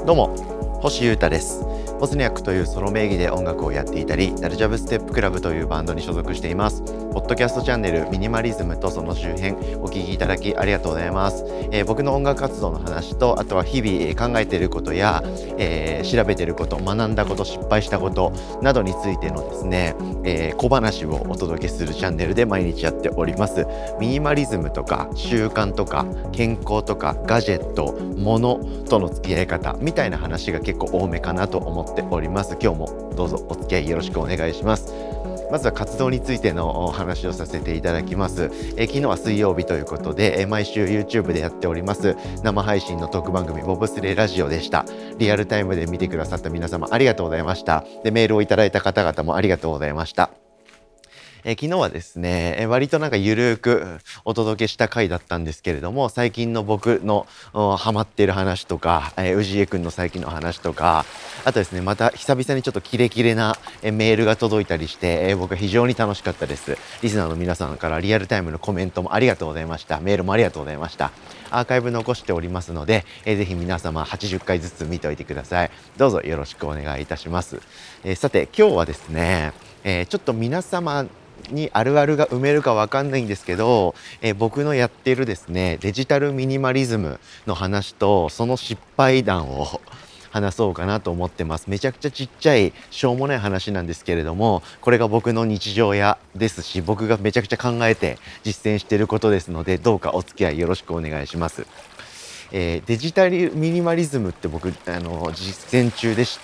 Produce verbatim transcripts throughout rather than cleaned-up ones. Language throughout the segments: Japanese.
どうも、星優太です。ボスニャックというソロ名義で音楽をやっていたり、ダルジャブステップクラブというバンドに所属しています。ポッドキャストチャンネルミニマリズムとその周辺お聞きいただきありがとうございます。えー、僕の音楽活動の話と、あとは日々考えていることや、えー、調べていること、学んだこと、失敗したことなどについてのですね、えー、小話をお届けするチャンネルで毎日やっております。ミニマリズムとか習慣とか健康とかガジェット、物との付き合い方みたいな話が結構多めかなと思っております。今日もどうぞお付き合いよろしくお願いします。まずは活動についてのお話をさせていただきます。えー、昨日は水曜日ということで、えー、毎週 YouTube でやっております生配信のトーク番組ボブスレーラジオでした。リアルタイムで見てくださった皆様ありがとうございました。で、メールをいただいた方々もありがとうございました。えー、昨日はですね、えー、割となんかゆるくお届けした回だったんですけれども、最近の僕のハマっている話とか、えー、氏家くんの最近の話とか、あとですね、また久々にちょっとキレキレな、えー、メールが届いたりして、えー、僕は非常に楽しかったです。リスナーの皆さんからリアルタイムのコメントもありがとうございました。メールもありがとうございました。アーカイブ残しておりますので、えー、ぜひ皆様はちじゅっかいずつ見ておいてください。どうぞよろしくお願いいたします。えー、さて今日はですね、えー、ちょっと皆様にあるあるが埋めるかわかんないんですけど、えー、僕のやっているですねデジタルミニマリズムの話とその失敗談を話そうかなと思ってます。めちゃくちゃちっちゃいしょうもない話なんですけれども、これが僕の日常やですし、僕がめちゃくちゃ考えて実践していることですので、どうかお付き合いよろしくお願いします。えー、デジタルミニマリズムって僕あの実践中でして、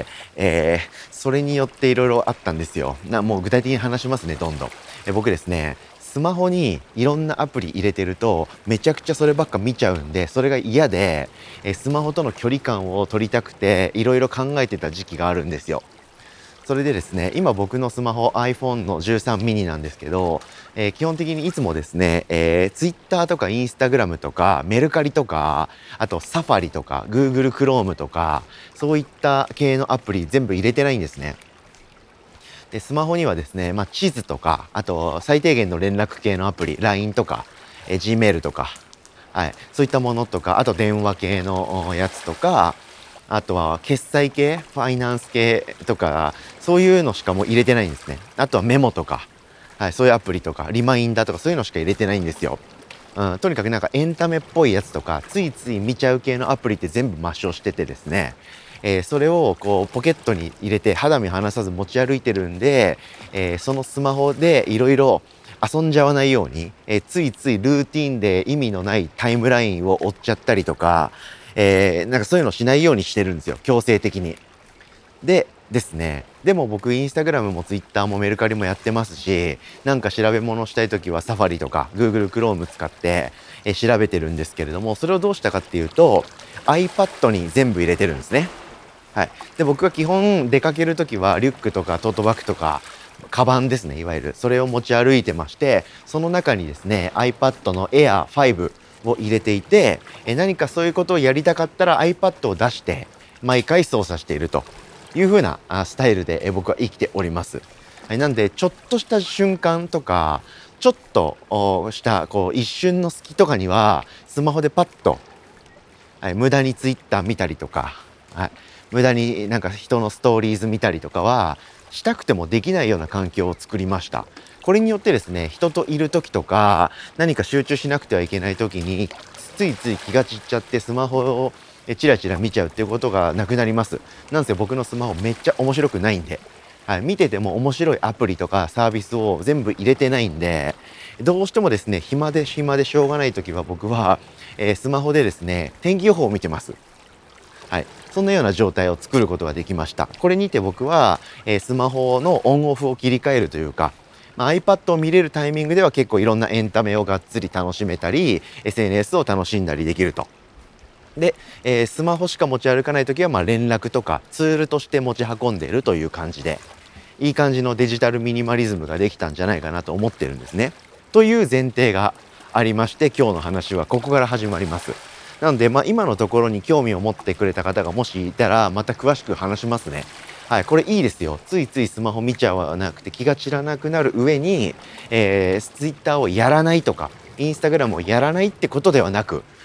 えー、それによっていろいろあったんですよ。なもう具体的に話しますね、どんどん。えー、僕ですねスマホにいろんなアプリ入れてるとめちゃくちゃそればっか見ちゃうんで、それが嫌で、えー、スマホとの距離感を取りたくていろいろ考えてた時期があるんですよ。それでですね、今僕のスマホ iPhone のじゅうさんミニなんですけど、えー、基本的にいつもですね、えー、Twitter とか Instagram とかメルカリとか、あとサファリとか Google Chrome とか、そういった系のアプリ全部入れてないんですね。で、スマホにはですね、まあ、地図とか、あと最低限の連絡系のアプリ、ライン とか、えー、Gmail とか、はい、そういったものとか、あと電話系のやつとか、あとは決済系、ファイナンス系とか、そういうのしかもう入れてないんですね。あとはメモとか、はい、そういうアプリとか、リマインダーとかそういうのしか入れてないんですよ。うん、とにかくなんかエンタメっぽいやつとか、ついつい見ちゃう系のアプリって全部抹消しててですね、えー、それをこうポケットに入れて肌身離さず持ち歩いてるんで、えー、そのスマホでいろいろ遊んじゃわないように、えー、ついついルーティンで意味のないタイムラインを追っちゃったりとか、えー、なんかそういうのしないようにしてるんですよ、強制的に。でですね、でも僕インスタグラムもツイッターもメルカリもやってますし、なんか調べ物したいときはサファリとか Google Chrome 使って、えー、調べてるんですけれども、それをどうしたかっていうと iPad に全部入れてるんですね。はい。で、僕は基本出かけるときはリュックとかトートバッグとかカバンですね、いわゆるそれを持ち歩いてまして、その中にですね iPad の Air ファイブを入れていて、え何かそういうことをやりたかったら iPad を出して毎回操作しているという風なスタイルで僕は生きております。はい、なんでちょっとした瞬間とかちょっとしたこう一瞬の隙とかにはスマホでパッと、はい、無駄に Twitter 見たりとか、はい、無駄になんか人のストーリーズ見たりとかはしたくてもできないような環境を作りました。これによってですね、人といる時とか何か集中しなくてはいけない時についつい気が散っちゃってスマホをチラチラ見ちゃうっていうことがなくなります。なんせ僕のスマホめっちゃ面白くないんで、はい、見てても面白いアプリとかサービスを全部入れてないんで、どうしてもですね暇で暇でしょうがない時は僕は、えー、スマホでですね天気予報を見てます。はい、そんなような状態を作ることができました。これにて僕は、えー、スマホのオンオフを切り替えるというか、まあ、iPad を見れるタイミングでは結構いろんなエンタメをがっつり楽しめたり エスエヌエス を楽しんだりできると。で、えー、スマホしか持ち歩かないときはまあ連絡とかツールとして持ち運んでいるという感じで、いい感じのデジタルミニマリズムができたんじゃないかなと思ってるんですね。という前提がありまして、今日の話はここから始まります。なので、まあ、今のところに興味を持ってくれた方がもしいたらまた詳しく話しますね。はい、これいいですよ。ついついスマホ見ちゃわなくて気が散らなくなる上に、えー、Twitter をやらないとかインスタグラムをやらないってことではなく、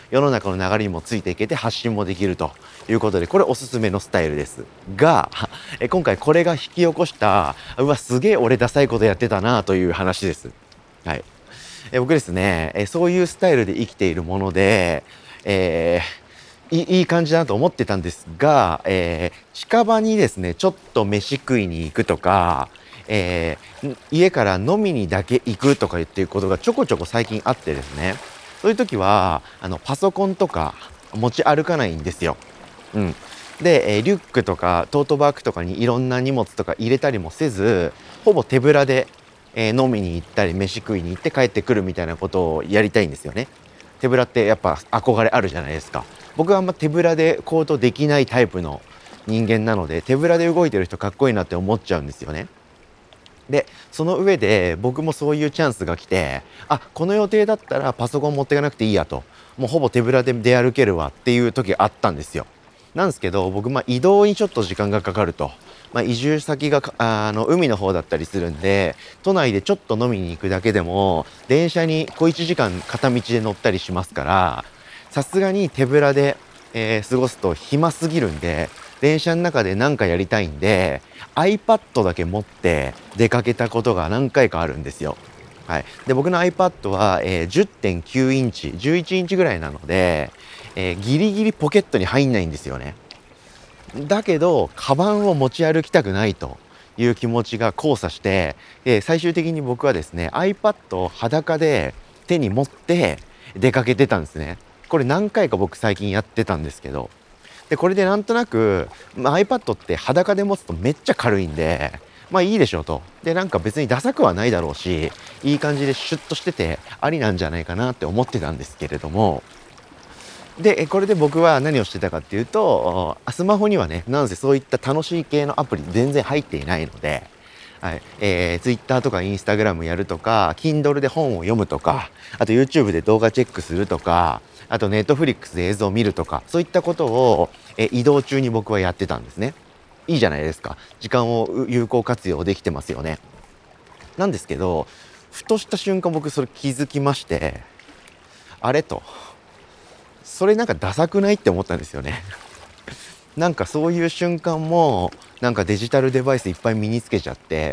世の中の流れにもついていけて発信もできるということで、これおすすめのスタイルですが、え今回これが引き起こしたうわすげえ俺ダサいことやってたなという話です。はい、え僕ですね、えそういうスタイルで生きているもので、えー、いいいい感じだなと思ってたんですが、えー、近場にですねちょっと飯食いに行くとか、えー、家から飲みにだけ行くとかっていうことがちょこちょこ最近あってですね、そういう時はあのパソコンとか持ち歩かないんですよ。うん、で、えー、リュックとかトートバッグとかにいろんな荷物とか入れたりもせず、ほぼ手ぶらで、えー、飲みに行ったり飯食いに行って帰ってくるみたいなことをやりたいんですよね。手ぶらってやっぱ憧れあるじゃないですか。僕はあんま手ぶらで行動できないタイプの人間なので、手ぶらで動いてる人かっこいいなって思っちゃうんですよね。でその上で僕もそういうチャンスが来て、あこの予定だったらパソコン持ってかなくていいやと、もうほぼ手ぶらで出歩けるわっていう時あったんですよ。なんですけど僕、まあ、移動にちょっと時間がかかると、まあ、移住先があの海の方だったりするんで、都内でちょっと飲みに行くだけでも電車に小いちじかん片道で乗ったりしますから、さすがに手ぶらで、えー過ごすと暇すぎるんで、電車の中で何かやりたいんで iPad だけ持って出かけたことが何回かあるんですよ。はい、で僕の iPad は、えー、じゅってんきゅうインチじゅういちインチぐらいなので、えーギリギリポケットに入んないんですよね。だけどカバンを持ち歩きたくないという気持ちが交差して、えー最終的に僕はですね iPad を裸で手に持って出かけてたんですね。これ何回か僕最近やってたんですけど、でこれでなんとなく、まあ、iPad って裸で持つとめっちゃ軽いんで、まあいいでしょうと。でなんか別にダサくはないだろうし、いい感じでシュッとしててありなんじゃないかなって思ってたんですけれども、でこれで僕は何をしてたかっていうと、スマホにはねなんせそういった楽しい系のアプリ全然入っていないので、はいえー、Twitter とか Instagram やるとか Kindle で本を読むとか、あと YouTube で動画チェックするとか、あと Netflix で映像を見るとか、そういったことを、えー移動中に僕はやってたんですね。いいじゃないですか。時間をう有効活用できてますよね。なんですけど、ふとした瞬間僕それ気づきまして、あれと、それなんかダサくないって思ったんですよね。なんかそういう瞬間もなんかデジタルデバイスいっぱい身につけちゃって、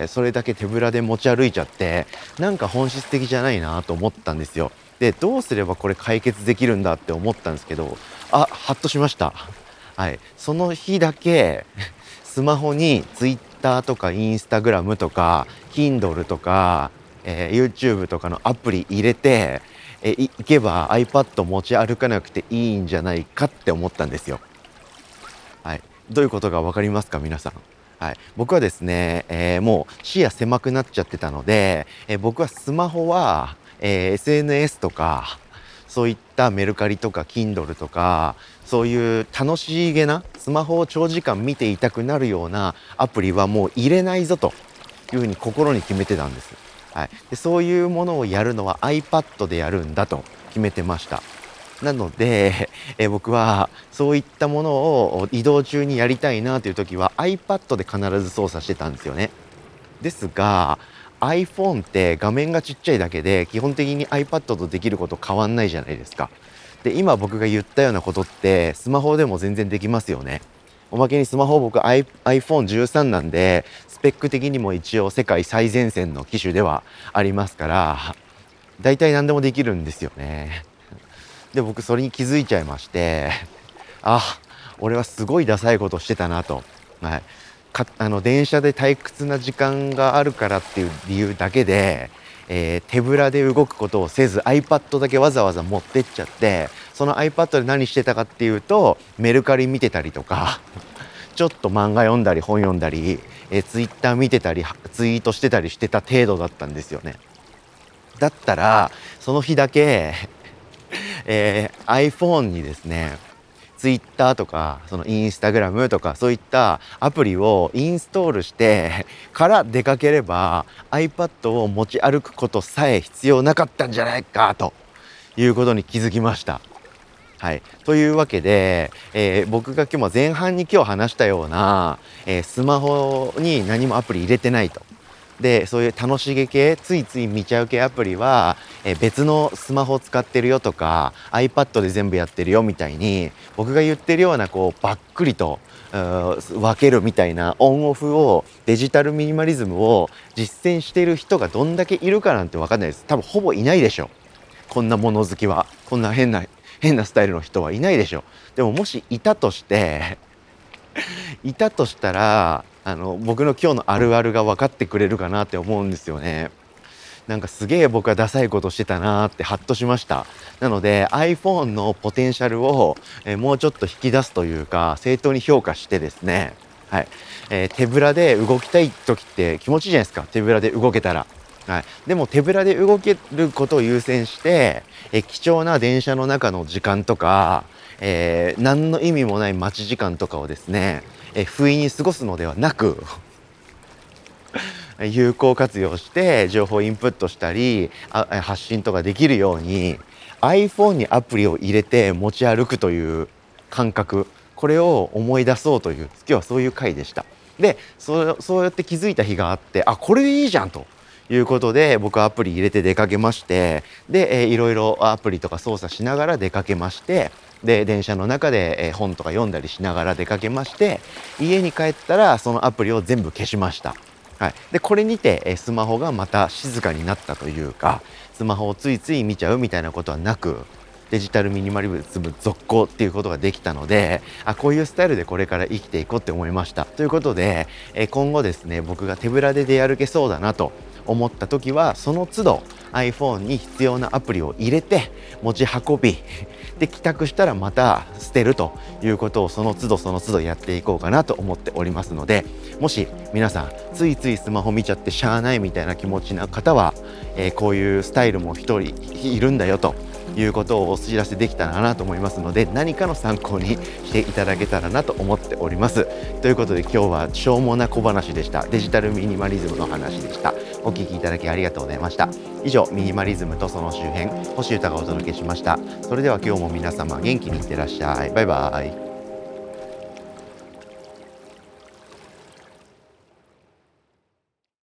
それだけ手ぶらで持ち歩いちゃって、なんか本質的じゃないなと思ったんですよ。でどうすればこれ解決できるんだって思ったんですけど、あハッとしました。はい、その日だけスマホに Twitter とか Instagram とか Kindle とか、えー YouTube とかのアプリ入れて、えーい行けば iPad 持ち歩かなくていいんじゃないかって思ったんですよ。はい、どういうことが分かりますか皆さん。はい、僕はですね、えーもう視野狭くなっちゃってたので、えー僕はスマホは、えー エスエヌエス とかそういったメルカリとか Kindle とか、そういう楽しげなスマホを長時間見ていたくなるようなアプリはもう入れないぞというふうに心に決めてたんです。はい、でそういうものをやるのは iPad でやるんだと決めてました。なので、えー僕はそういったものを移動中にやりたいなという時は iPad で必ず操作してたんですよね。ですが iPhone って画面がちっちゃいだけで基本的に iPad とできること変わんないじゃないですか。で今僕が言ったようなことってスマホでも全然できますよね。おまけにスマホ僕 アイフォンじゅうさん なんで、スペック的にも一応世界最前線の機種ではありますから、だいたい何でもできるんですよね。で僕それに気づいちゃいまして、あ俺はすごいダサいことしてたなと、はい、かあの電車で退屈な時間があるからっていう理由だけで、えー手ぶらで動くことをせず iPad だけわざわざ持ってっちゃって、その iPad で何してたかっていうとメルカリ見てたりとかちょっと漫画読んだり本読んだり、えー、Twitter 見てたりツイートしてたりしてた程度だったんですよね。だったらその日だけえー iPhone にですね Twitter とかその Instagram とかそういったアプリをインストールしてから出かければ iPad を持ち歩くことさえ必要なかったんじゃないかということに気づきました。はい、というわけで、えー僕が今日も前半に今日話したような、えースマホに何もアプリ入れてないとでそういう楽しげ系ついつい見ちゃう系アプリは、え別のスマホ使ってるよとか iPad で全部やってるよみたいに僕が言ってるようなこうばっくりと分けるみたいなオンオフをデジタルミニマリズムを実践している人がどんだけいるかなんて分かんないです。多分ほぼいないでしょ。こんな物好きはこんな変な変なスタイルの人はいないでしょ。でももしいたとしていたとしたらあの僕の今日のあるあるが分かってくれるかなって思うんですよね。なんかすげえ僕はダサいことしてたなーってハッとしました。なので iPhone のポテンシャルを、えーもうちょっと引き出すというか正当に評価してですね、はい、えー手ぶらで動きたい時って気持ちいいじゃないですか。手ぶらで動けたら。はい、でも手ぶらで動けることを優先して、えー貴重な電車の中の時間とか、えー何の意味もない待ち時間とかをですね、えー不意に過ごすのではなく有効活用して情報インプットしたりあ発信とかできるように iPhone にアプリを入れて持ち歩くという感覚、これを思い出そうという今日はそういう回でした。でそうそうやって気づいた日があって、あこれでいいじゃんということで僕はアプリ入れて出かけまして、で、えーいろいろアプリとか操作しながら出かけまして、で電車の中で、えー本とか読んだりしながら出かけまして、家に帰ったらそのアプリを全部消しました。はい、でこれにて、えースマホがまた静かになったというか、スマホをついつい見ちゃうみたいなことはなく、デジタルミニマリズム続行っていうことができたので、あこういうスタイルでこれから生きていこうって思いました。ということで、えー今後ですね僕が手ぶらで出歩けそうだなと思った時はその都度 iPhone に必要なアプリを入れて持ち運びで帰宅したらまた捨てるということをその都度その都度やっていこうかなと思っておりますので、もし皆さんついついスマホ見ちゃってしゃあないみたいな気持ちな方は、えーこういうスタイルも一人いるんだよということをお知らせできたらなと思いますので、何かの参考にしていただけたらなと思っております。ということで今日はしょうもな小話でした。デジタルミニマリズムの話でした。お聞きいただきありがとうございました。以上ミニマリズムとその周辺、星歌がお届けしました。それでは今日も皆様元気にいってらっしゃい。バイバイ。